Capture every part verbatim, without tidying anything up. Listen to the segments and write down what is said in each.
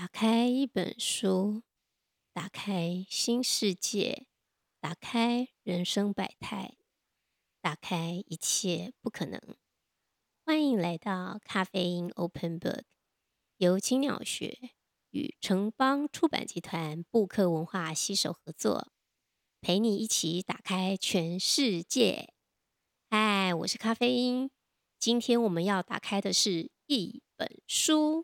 打开一本书，打开新世界，打开人生百态，打开一切不可能。欢迎来到咖啡因 Open Book，由青鸟学与城邦出版集团布克文化携手合作，陪你一起打开全世界。嗨，我是咖啡因。今天我们要打开的是一本书。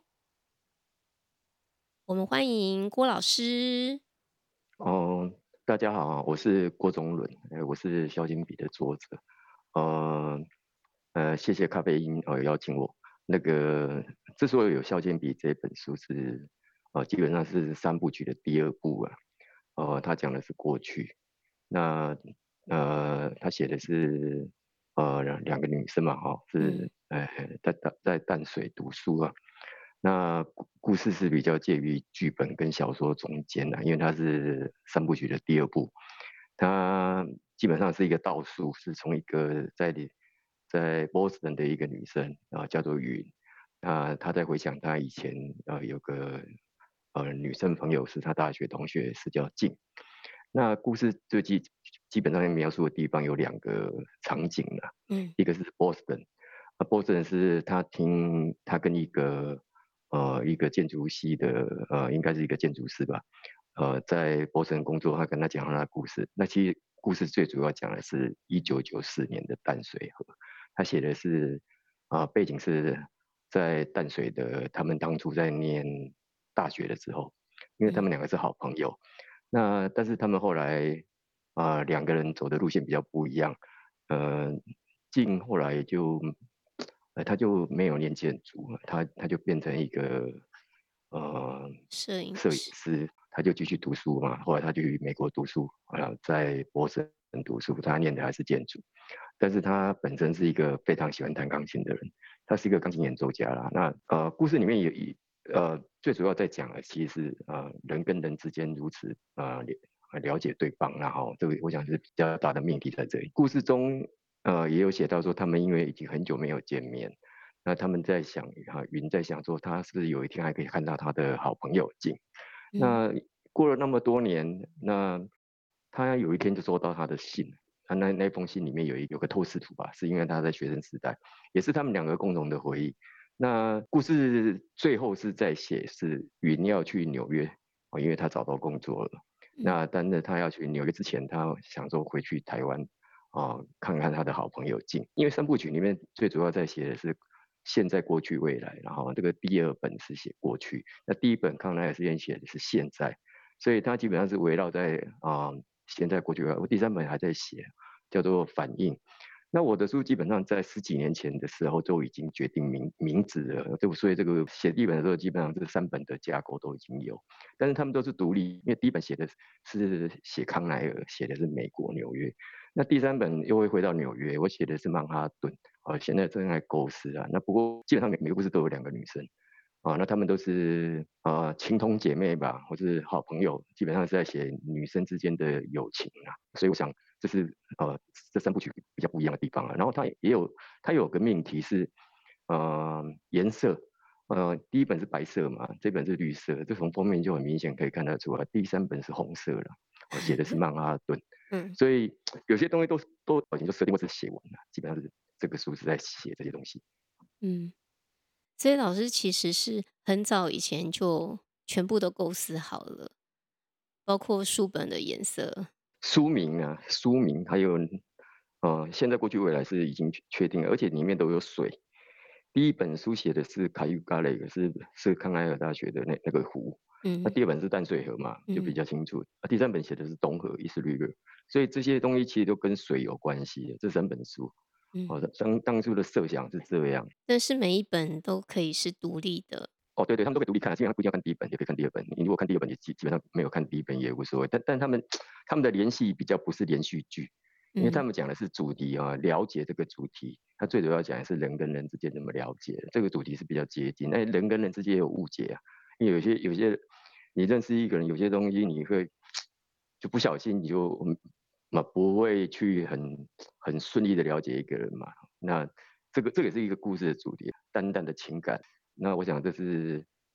我们欢迎郭老师。 哦，大家好，我是郭宗伦，呃，我是小金笔的作者，呃呃，谢谢咖啡因呃邀请我。那个之所以有《肖剑笔》这本书是，呃，基本上是三部曲的第二部啊，呃，他讲的是过去，那呃，他写的是呃两两个女生嘛，哈、 嗯是呃在淡在淡水读书啊，那故故事是比较介于剧本跟小说中间的，因为它是三部曲的第二部，它基本上是一个倒数，是从一个在里在波士顿的一个女生啊、叫做云，那她在回想她以前呃有个呃女生朋友是她大学同学是叫静，那故事最基基本上描述的地方有两个场景啦， 嗯一个是波士顿，那波士顿是他听他跟一个呃一个建筑系的呃应该是一个建筑师吧，呃在波士顿工作，他跟他讲他的故事。那其实故事最主要讲的是一九九四年的淡水河，他写的是啊、呃背景是在淡水的他们当初在念大学的时候，因为他嗯们两个是好朋友。那但是他们后来啊、呃两个人走的路线比较不一样，呃，静后来就呃他就没有念建筑，他他就变成一个呃摄影摄影师。 师，他就继续读书嘛，后来他就去美国读书，啊、在波士顿读书，他念的还是建筑，但是他本身是一个非常喜欢弹钢琴的人，他是一个钢琴演奏家啦。那呃故事里面有一呃，最主要在讲的其实是呃人跟人之间如此呃了了解对方，然后这个我想是比较大的命题在这里。故事中呃也有写到说，他们因为已经很久没有见面，那他们在想啊，云在想说，他是不是有一天还可以看到他的好朋友静？ 嗯那过了那么多年，那他有一天就收到他的信，他那那封信里面有一有个透视图吧，是因为他在学生时代，也是他们两个共同的回忆。那故事最后是在写是云要去纽约哦，因为他找到工作了。 嗯那但是他要去纽约之前，他想说回去台湾啊、看看他的好朋友静，因为三部曲里面最主要在写的是现在、过去、未来，然后这个第二本是写过去，那第一本康奈尔实验写的是现在，所以他基本上是围绕在啊、现在、过去、未来。我第三本还在写，叫做反应。那我的书基本上在十几年前的时候就已经决定名名字了，就所以这个写第一本的时候，基本上这三本的架构都已经有，但是他们都是独立，因为第一本写的是写康奈尔，写的是美国纽约，那第三本又会回到纽约，我写的是曼哈顿，啊，现在正在构思啊，那不过基本上每每个故事都有两个女生。啊，那她们都是呃情同姐妹吧，或是好朋友，基本上是在写女生之间的友情啊，所以我想这是呃这三部曲比较不一样的地方啊。然后它也有它有个命题是呃颜色，呃第一本是白色嘛，这本是绿色，这从封面就很明显可以看得出来。第三本是红色了，我写的是曼哈顿， 嗯所以有些东西都都已经就设定或是写完了，基本上是这个书是在写这些东西。 嗯，所以老师其实是很早以前就全部都构思好了，包括书本的颜色。 书名啊，书名还有，呃，现在、过去、未来是已经确确定了，而且里面都有水。第一本书写的是凯尤加雷，是是康奈尔大学的那那个湖。那嗯第二本是淡水河嘛，就比嗯较清楚。啊，第三本写的是东河，伊斯律勒，所以这些东西其实都跟水有关系的。这三本书， 嗯， 哦，当当初的设想是这样。 但是每一本都可以是独立的。 哦，对对，他们都可以独立看啊，基本上不一定要看第一本，也可以看第二本。你如果看第二本，你基基本上没有看第一本也无所谓。但但他们他们的联系比较不是连续剧，因为他嗯们讲的是主题啊，了解这个主题。他最主要讲的是人跟人之间怎么了解，这个主题是比较接近。那人跟人之间也有误解啊，因为有些有些你认识一个人，有些东西你会就不小心你就嘛不会去很很顺利的了解一个人嘛。那这个这也是一个故事的主题，淡淡的情感。那我想这是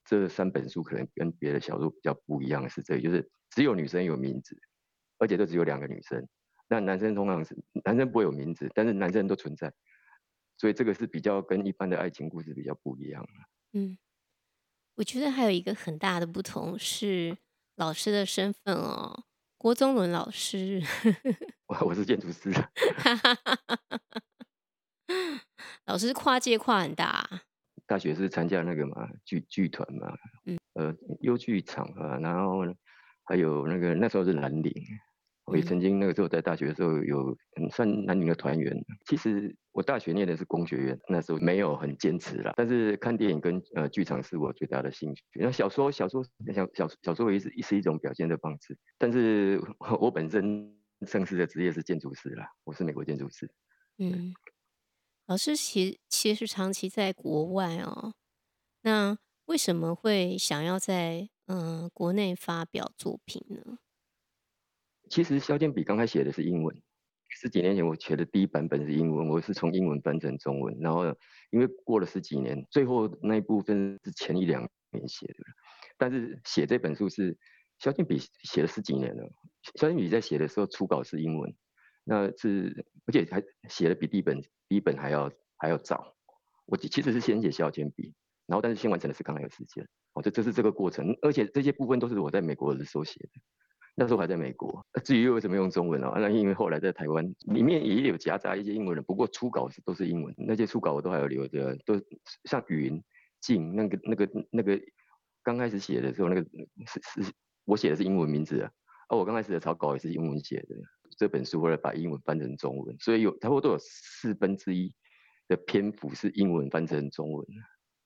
这三本书可能跟别的小说比较不一样的是这里，就是只有女生有名字，而且都只有两个女生。那男生通常是男生不会有名字，但是男生都存在，所以这个是比较跟一般的爱情故事比较不一样。 嗯。我觉得还有一个很大的不同是老师的身份哦，郭宗伦老师。 我我是建筑师。 老师跨界跨很大啊。 大学是参加那个嘛剧剧团嘛， 嗯。 呃，优剧场啊，然后还有那个那时候是蓝领，我也嗯。 曾经那个时候在大学的时候有嗯算蓝领的团员。其实我大学念的是工学院，那时候没有很坚持啦，但是看电影跟呃剧场是我最大的兴趣。那小说小说小小小说也是是一种表现的方式，但是我本身正式的职业是建筑师啦，我是美国建筑师。对。 嗯。老师其其实长期在国外哦，那为什么会想要在嗯、呃国内发表作品呢？ 其实《削尖笔》刚开始写的是英文，十几年前我写的第一版本是英文，我是从英文翻成中文，然后因为过了十几年，最后那一部分是前一两年写的，但是写这本书是《削尖笔》写了十几年了，《削尖笔》在写的时候初稿是英文，那是而且还写的比第一本第一本还要还要早。我其实是先写《削尖笔》，然后但是先完成的是《刚来的时间》，哦，这这是这个过程，而且这些部分都是我在美国的时候写的。那时候还在美国，呃至于为什么用中文哦，那因为后来在台湾里面也有夹杂一些英文的，不过初稿是都是英文，那些初稿我都还有留着，都像云、静那个那个那个刚开始写的时候，那个是是我写的是英文名字啊，而我刚开始的草稿也是英文写的。这本书后来把英文翻成中文，所以有差不多有四分之一的篇幅是英文翻成中文。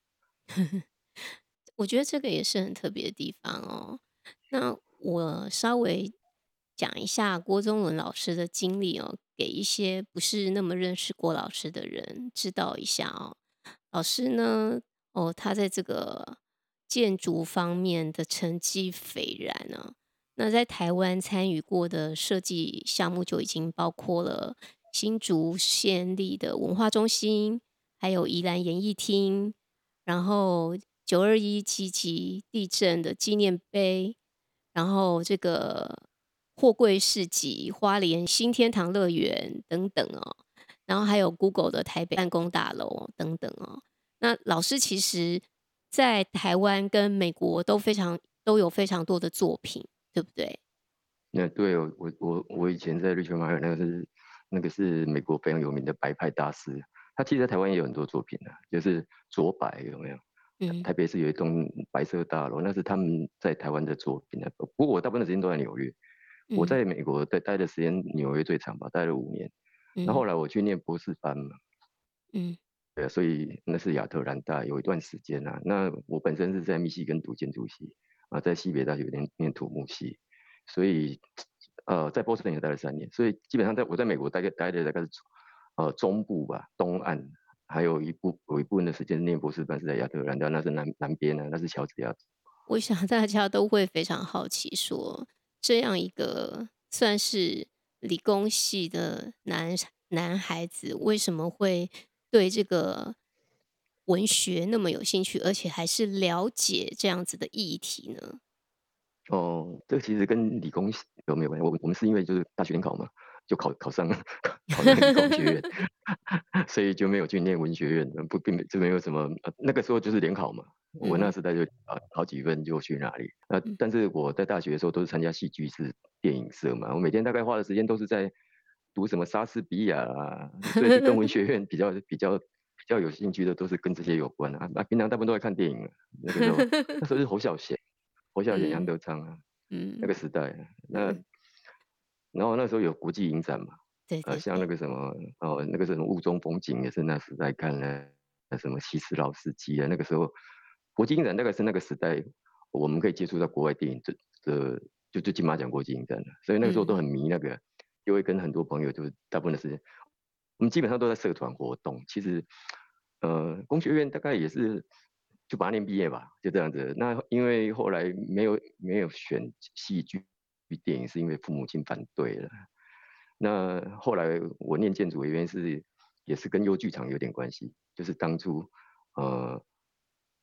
我觉得这个也是很特别的地方哦。那我稍微讲一下郭宗伦老师的经历哦，给一些不是那么认识郭老师的人知道一下哦。老师呢，哦，他在这个建筑方面的成绩斐然呢、那在台湾参与过的设计项目就已经包括了新竹县立的文化中心，还有宜兰演艺厅，然后九二一七级地震的纪念碑，然后这个货柜市集、花莲新天堂乐园等等哦，然后还有 Google 的台北办公大楼等等哦。那老师其实在台湾跟美国都非常都有非常多的作品，对不对？ 那对我我我我以前在 Richard Meier 那个是那个是美国非常有名的白派大师，他其实在台湾也有很多作品的、就是卓白有没有？台嗯台北市有一栋白色大楼，那是他们在台湾的作品的。不过我大部分的时间都在纽约，我嗯在美国待待的时间纽约最长吧，待了五年。那后嗯来我去念博士班嘛， 嗯对，所以那是亚特兰大有一段时间啊。那我本身是在密西根读建筑系啊，在西北大学念念土木系，所以呃在波士顿也待了三年，所以基本上在我在美国待个待的大概是呃中部吧，东岸，还有一部有一部分的时间念博士班是在亚特兰大，那是南南边啊，那是乔治亚州。 我想大家都会非常好奇说，这样一个算是理工系的男男孩子，为什么会对这个文学那么有兴趣，而且还是了解这样子的议题呢？ 哦，这个其实跟理工系有没有关系？我们我们是因为就是大学联考嘛，就考考上考上理工学院，所以就没有去念文学院，不并没就没有什么、呃、那个时候就是联考嘛，我那嗯时代就啊考几分就去哪里。呃， 嗯。 但是我在大学的时候都是参加戏剧室、电影社嘛，我每天大概花的时间都是在读什么莎士比亚啊，所以就跟文学院比较比较比较有兴趣的都是跟这些有关啊。那、平常大部分都在看电影了，那个时候那时候是侯孝贤。侯孝贤、杨嗯德昌啊，那嗯个时代啊，那嗯， 然后那时候有国际影展嘛，呃，像那对对对。 个什么哦，那个什么雾中风景也是那时代看的，那什么西斯劳斯基啊，那个时候国际影展大概是那个时代我们可以接触到国外电影这这就就金马奖国际影展了，所以那个时候都嗯很迷那个，就会跟很多朋友就是大部分的时间，我们基本上都在社团活动。其实，呃，工学院大概也是就八年毕业吧，就这样子。那因为后来没有没有选戏剧电影，是因为父母亲反对了。那后来我念建筑的原因是也是跟优剧场有点关系，就是当初呃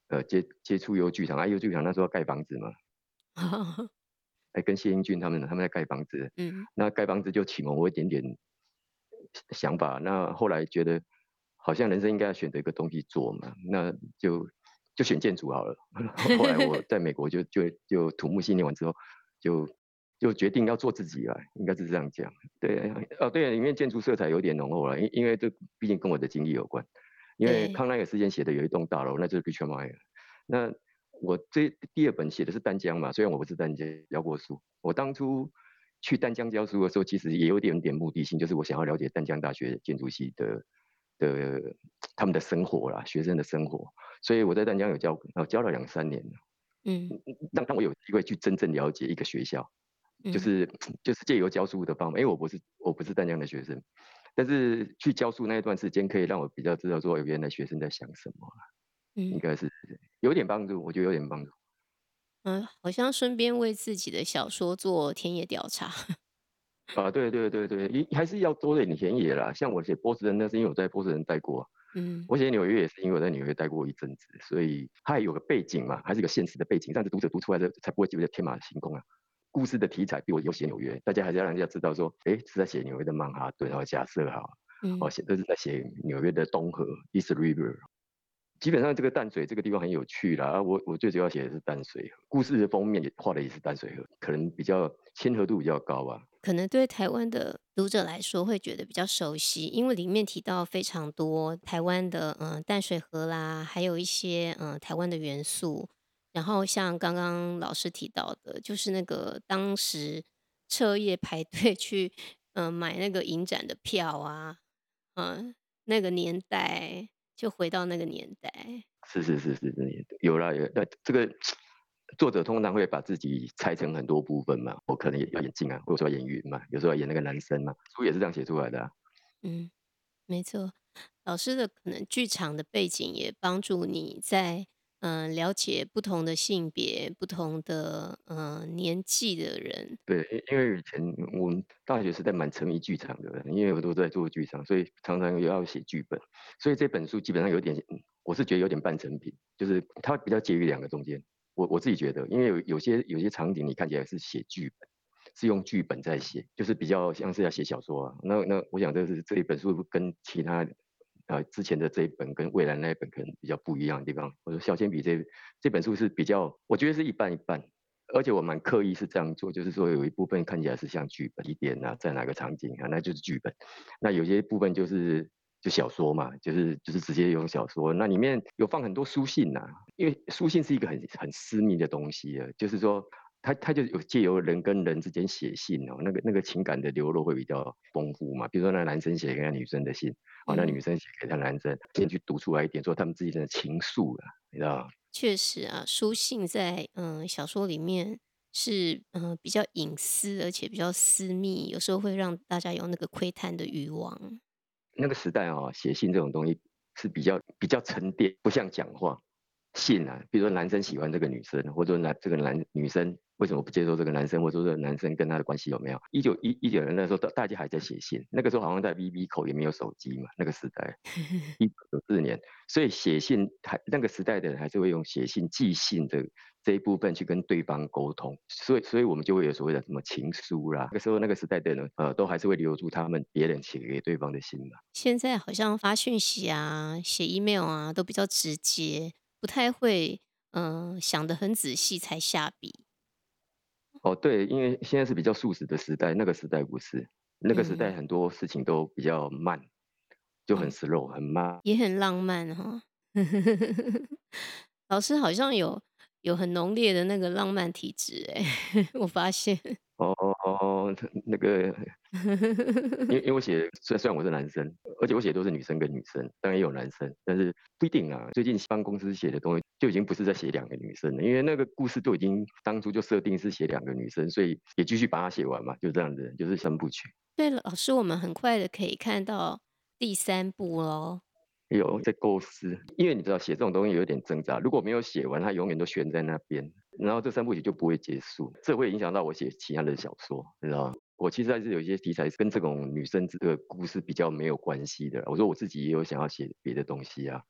呃接接触优剧场，啊优剧场那时候要盖房子嘛，哎跟谢英俊他们他们在盖房子， 嗯， 那盖房子就启蒙我一点点想法。那后来觉得好像人生应该要选择一个东西做嘛，那就就选建筑好了。后来我在美国就就就土木系念完之后，就就决定要做自己了，应该是这样讲。对，哦对，里面建筑色彩有点浓厚了，因因为这毕竟跟我的经历有关。因为对， 康奈尔事件写的有一栋大楼，那就是 Richard Meier。那我这第二本写的是淡江嘛，虽然我不是淡江教过书，我当初去淡江教书的时候，其实也有点点目的性，就是我想要了解淡江大学建筑系的的他们的生活啦，学生的生活，所以我在淡江有教，呃，教了两三年， 嗯让让我有机会去真正了解一个学校，就嗯是就是借由教书的方法，因为我不是我不是淡江的学生，但是去教书那一段时间，可以让我比较知道说原来学生在想什么，应嗯该是有点帮助，我觉得有点帮助。 嗯，好像顺便为自己的小说做田野调查。 啊，对对对对，一还是要多一点田野啦。像我写波士顿，那是因为我在波士顿待过； 嗯我写纽约也是因为我在纽约待过一阵子，所以它有个背景嘛，还是有个现实的背景，这样子读者读出来的才不会觉得天马行空啊。故事的题材比我有写纽约，大家还是要让人家知道说，哎，是在写纽约的曼哈顿，然后假设哈，哦， 嗯写这是在写纽约的东河 East River。基本上这个淡水这个地方很有趣啦，啊我我最主要写的是淡水河，故事的封面也画的也是淡水河，可能比较亲和度比较高吧。 可能对台湾的读者来说会觉得比较熟悉，因为里面提到非常多台湾的嗯、呃淡水河啦，还有一些嗯、呃台湾的元素。然后像刚刚老师提到的，就是那个当时彻夜排队去嗯、呃买那个影展的票啊，嗯、那个年代就回到那个年代。 是是是是是，有啦有。那这个作者通常会把自己拆成很多部分嘛，我可能也要演镜啊，或者说要演云嘛，有时候要演那个男生嘛，书也是这样写出来的啊。 嗯，没错。老师的可能剧场的背景也帮助你在嗯、呃了解不同的性别、不同的呃年纪的人。 对，因因为以前我们大学时代蛮沉迷剧场的，因为我都在做剧场，所以常常也要写剧本，所以这本书基本上有点，嗯我是觉得有点半成品，就是它比较介于两个中间。我我自己觉得，因为有有些有些场景你看起来是写剧本，是用剧本在写，就是比较像是要写小说啊。那那我想这是这一本书跟其他呃之前的这一本跟未来那一本可能比较不一样的地方。我说小铅笔这这本书是比较，我觉得是一半一半。而且我蛮刻意是这样做，就是说有一部分看起来是像剧本，一点啊，在哪个场景啊，那就是剧本。那有些部分就是就小说嘛，就是就是直接用小说。那里面有放很多书信呐、因为书信是一个很很私密的东西啊，就是说它它就有借由人跟人之间写信哦，那个那个情感的流露会比较丰富嘛。比如说那男生写给那女生的信，啊，那嗯， 女生写给他男生，先去读出来一点，说他们之间的情愫啊，你知道吗？ 确实啊，书信在嗯、呃小说里面是嗯、呃比较隐私，而且比较私密，有时候会让大家有那个窥探的欲望。 那个时代啊、写信这种东西是比较比较沉淀，不像讲话。信啊，比如说男生喜欢这个女生，或者说男这个男女生为什么不接受这个男生，或者说这个男生跟他的关系有没有？一九一一九年那时候，大大家还在写信，那个时候好像在 B B 口也没有手机嘛，那个时代，一九九四年，所以写信还那个时代的人还是会用写信、寄信的这一部分去跟对方沟通，所以所以我们就会有所谓的什么情书啦。那个时候那个时代的人，呃，都还是会留住他们别人写给对方的信嘛。 现在好像发讯息啊、写 email 啊都比较直接，不太会嗯、呃想得很仔细才下笔。 哦，对，因为现在是比较速食的时代，那个时代不是，那个时代嗯很多事情都比较慢，就很嗯。 slow，很慢。 也很浪漫哈。老师好像有有很浓烈的那个浪漫体质诶，我发现。 哦哦哦，那个，因为因为我写，虽然虽然我是男生，而且我写都是女生跟女生，当然也有男生，但是不一定啊。最近帮公司写的东西就已经不是在写两个女生了，因为那个故事都已经当初就设定是写两个女生，所以也继续把它写完嘛，就这样子，就是三部曲。 对了，老师，我们很快的可以看到第三部喽。 有在构思，因为你知道写这种东西有点挣扎，如果没有写完，它永远都悬在那边，然后这三部曲就不会结束，这会影响到我写其他的小说，你知道吗？我其实还是有一些题材是跟这种女生这个故事比较没有关系的。我说我自己也有想要写别的东西啊，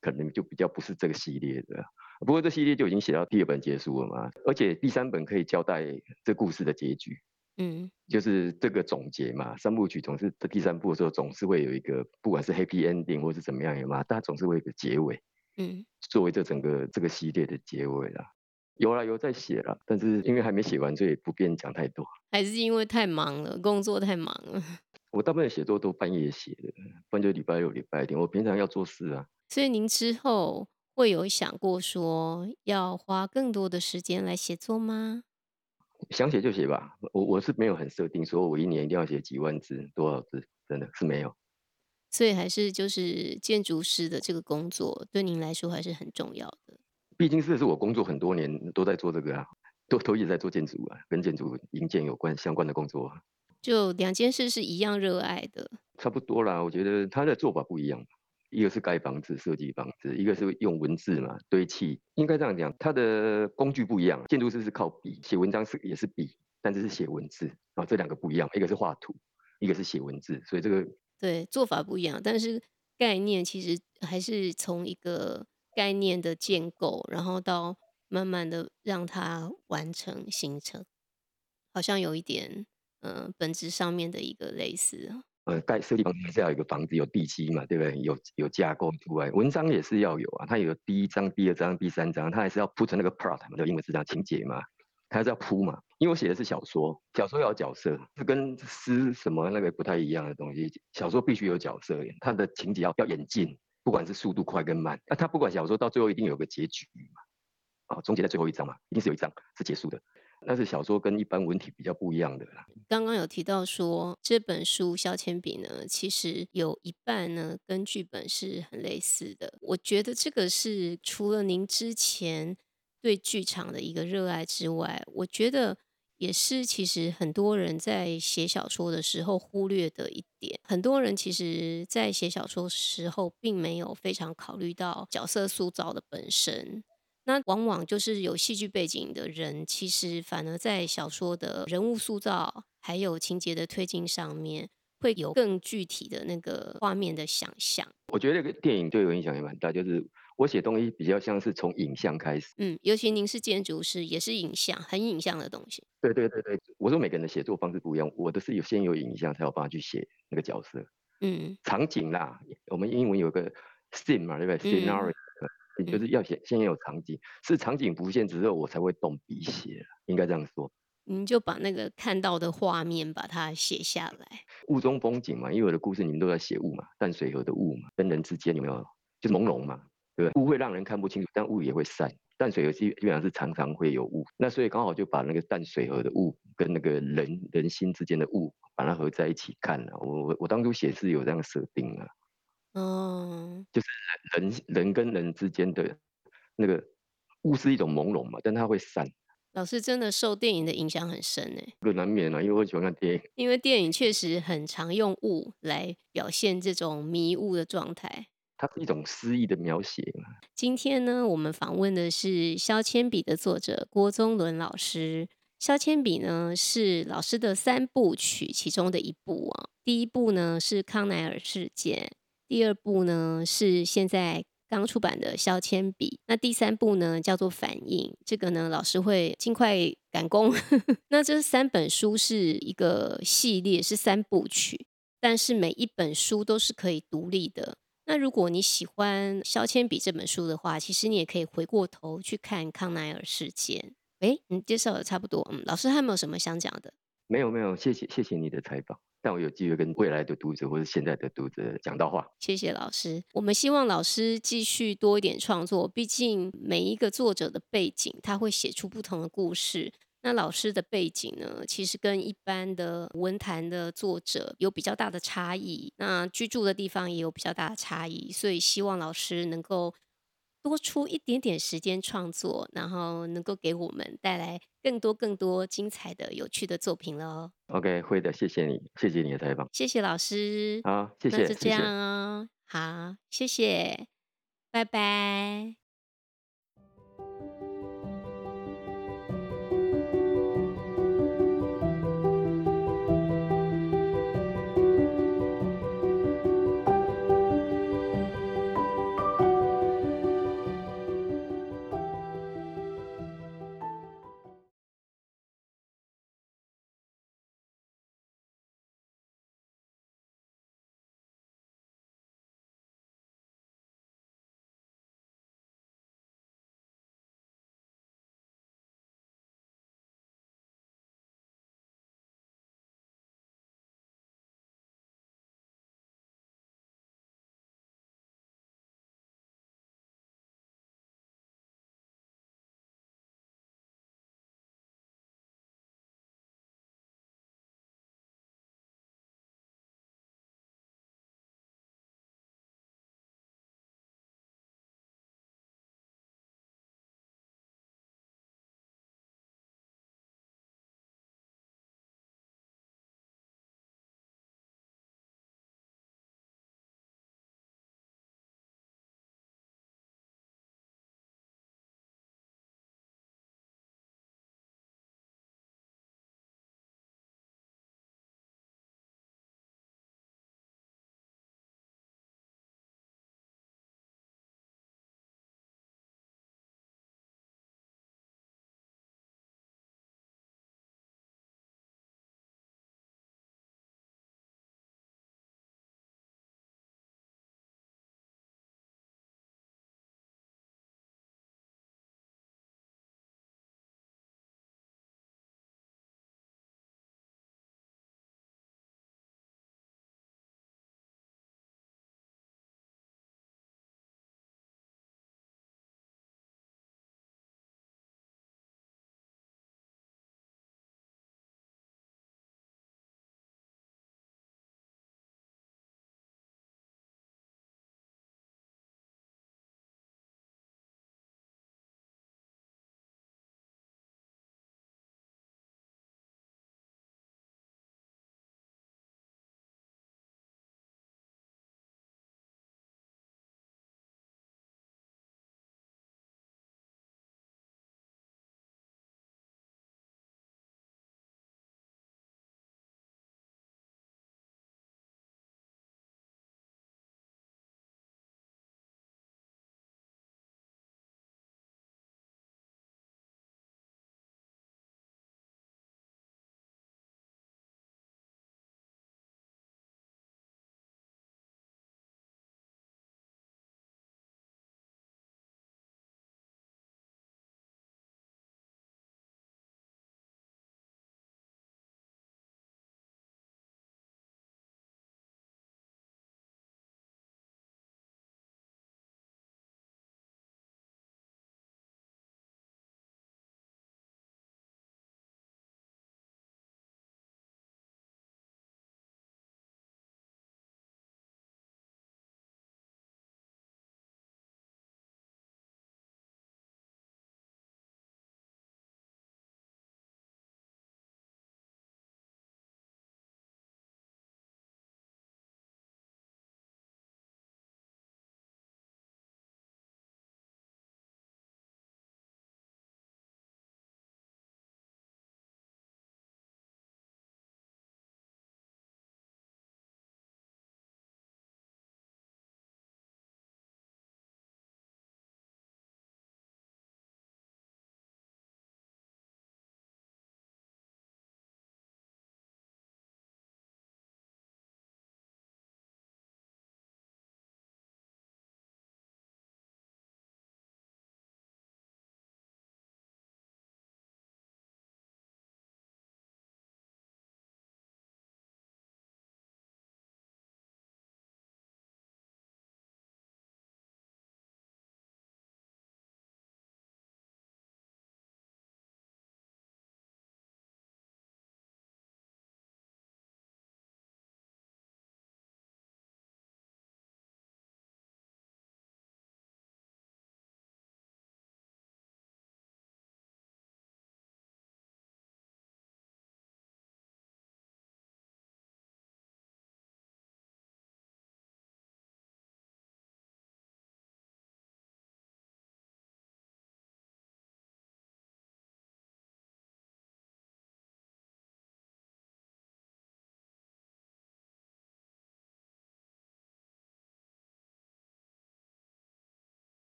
可能就比较不是这个系列的。不过这系列就已经写到第二本结束了嘛，而且第三本可以交代这故事的结局。 嗯， 就是这个总结嘛，三部曲总是第三部的时候总是会有一个，不管是 happy ending 或是怎么样，有嘛，但它总是会有一个结尾， 嗯， 作为这整个这个系列的结尾啦。有啦，有在写啦，但是因为还没写完，所以不便讲太多。 还是因为太忙了，工作太忙了， 我大部分写作都半夜写的，不然就礼拜六、礼拜天。我平常要做事啊， 所以您之后会有想过说要花更多的时间来写作吗？ 想写就写吧。我我是没有很设定，说我一年一定要写几万字、多少字，真的是没有。 所以还是就是建筑师的这个工作对您来说还是很重要的。 毕竟这是我工作很多年都在做这个啊，都都一直在做建筑啊，跟建筑营建有关相关的工作啊。 就两件事是一样热爱的。 差不多啦，我觉得他的做法不一样，一个是盖房子、设计房子，一个是用文字嘛堆砌。应该这样讲，他的工具不一样。建筑师是靠笔，写文章是也是笔，但是是写文字啊，这两个不一样，一个是画图，一个是写文字，所以这个对，做法不一样，但是概念其实还是从一个概念的建构，然后到慢慢的让它完成形成，好像有一点，呃，本质上面的一个类似哦。 呃盖设计房子还是要有一个房子有地基嘛，对不对？有有架构出来，文章也是要有啊，它有第一章、第二章、第三章，它还是要铺成那个 plot 嘛，就英文是讲情节嘛，它还是要铺嘛。因为我写的是小说，小说要有角色，这跟诗什么那个不太一样的东西。小说必须有角色，它的情节要要演进，不管是速度快跟慢。那它不管小说到最后一定有个结局嘛，啊，终结在最后一章嘛，一定是有一章是结束的。但是小说跟一般文体比较不一样的啦。 刚刚有提到说这本书削铅笔呢，其实有一半呢跟剧本是很类似的。我觉得这个是除了您之前对剧场的一个热爱之外，我觉得也是其实很多人在写小说的时候忽略的一点。很多人其实在写小说时候，并没有非常考虑到角色塑造的本身。那往往就是有戏剧背景的人，其实反而在小说的人物塑造，还有情节的推进上面，会有更具体的那个画面的想象。 我觉得这个电影对我影响也蛮大，就是我写东西比较像是从影像开始。 嗯，尤其您是建筑师，也是影像，很影像的东西。 对对对对，我说每个人的写作方式不一样，我的是有先有影像才有办法去写那个角色嗯场景啦。我们英文有个 scene 嘛，对不对？scenario， 嗯也就嗯， 是要写先有场景，是场景浮现之后我才会动笔写，应该这样说。 您就把那个看到的画面把它写下来。 雾中风景嘛，因为我的故事你们都在写雾嘛，淡水河的雾嘛，跟人之间有没有就是朦胧嘛，对不对？雾会让人看不清楚，但雾也会散。淡水河基基本上是常常会有雾，那所以刚好就把那个淡水河的雾跟那个人人心之间的雾把它合在一起看了。我我我当初写是有这样的设定啊， 哦， 就是人人跟人之间的那个雾是一种朦胧嘛，但它会散， 老师真的受电影的影响很深诶， 这个难免啊，因为我喜欢看电影。 因为电影确实很常用雾来表现这种迷雾的状态。 它是一种诗意的描写嘛。 今天呢，我们访问的是削铅笔的作者郭宗伦老师。削铅笔呢是老师的三部曲其中的一部啊。第一部呢是康奈尔事件，第二部呢是现在刚出版的削铅笔，那第三部呢叫做反应。这个呢老师会尽快赶工。那这三本书是一个系列，是三部曲，但是每一本书都是可以独立的。那如果你喜欢《削铅笔》这本书的话，其实你也可以回过头去看康奈尔事件。诶，你介绍的差不多，嗯，老师还有没有什么想讲的？ 没有没有，谢谢谢谢你的采访，但我有机会跟未来的读者或者现在的读者讲到话。 谢谢老师。我们希望老师继续多一点创作，毕竟每一个作者的背景，他会写出不同的故事。那老师的背景呢，其实跟一般的文坛的作者有比较大的差异，那居住的地方也有比较大的差异，所以希望老师能够多出一点点时间创作，然后能够给我们带来更多更多精彩的、有趣的作品喽。 OK，会的，谢谢你，谢谢你的采访。 谢谢老师， 好，谢那就这样谢谢谢。 哦。好，谢谢，拜拜。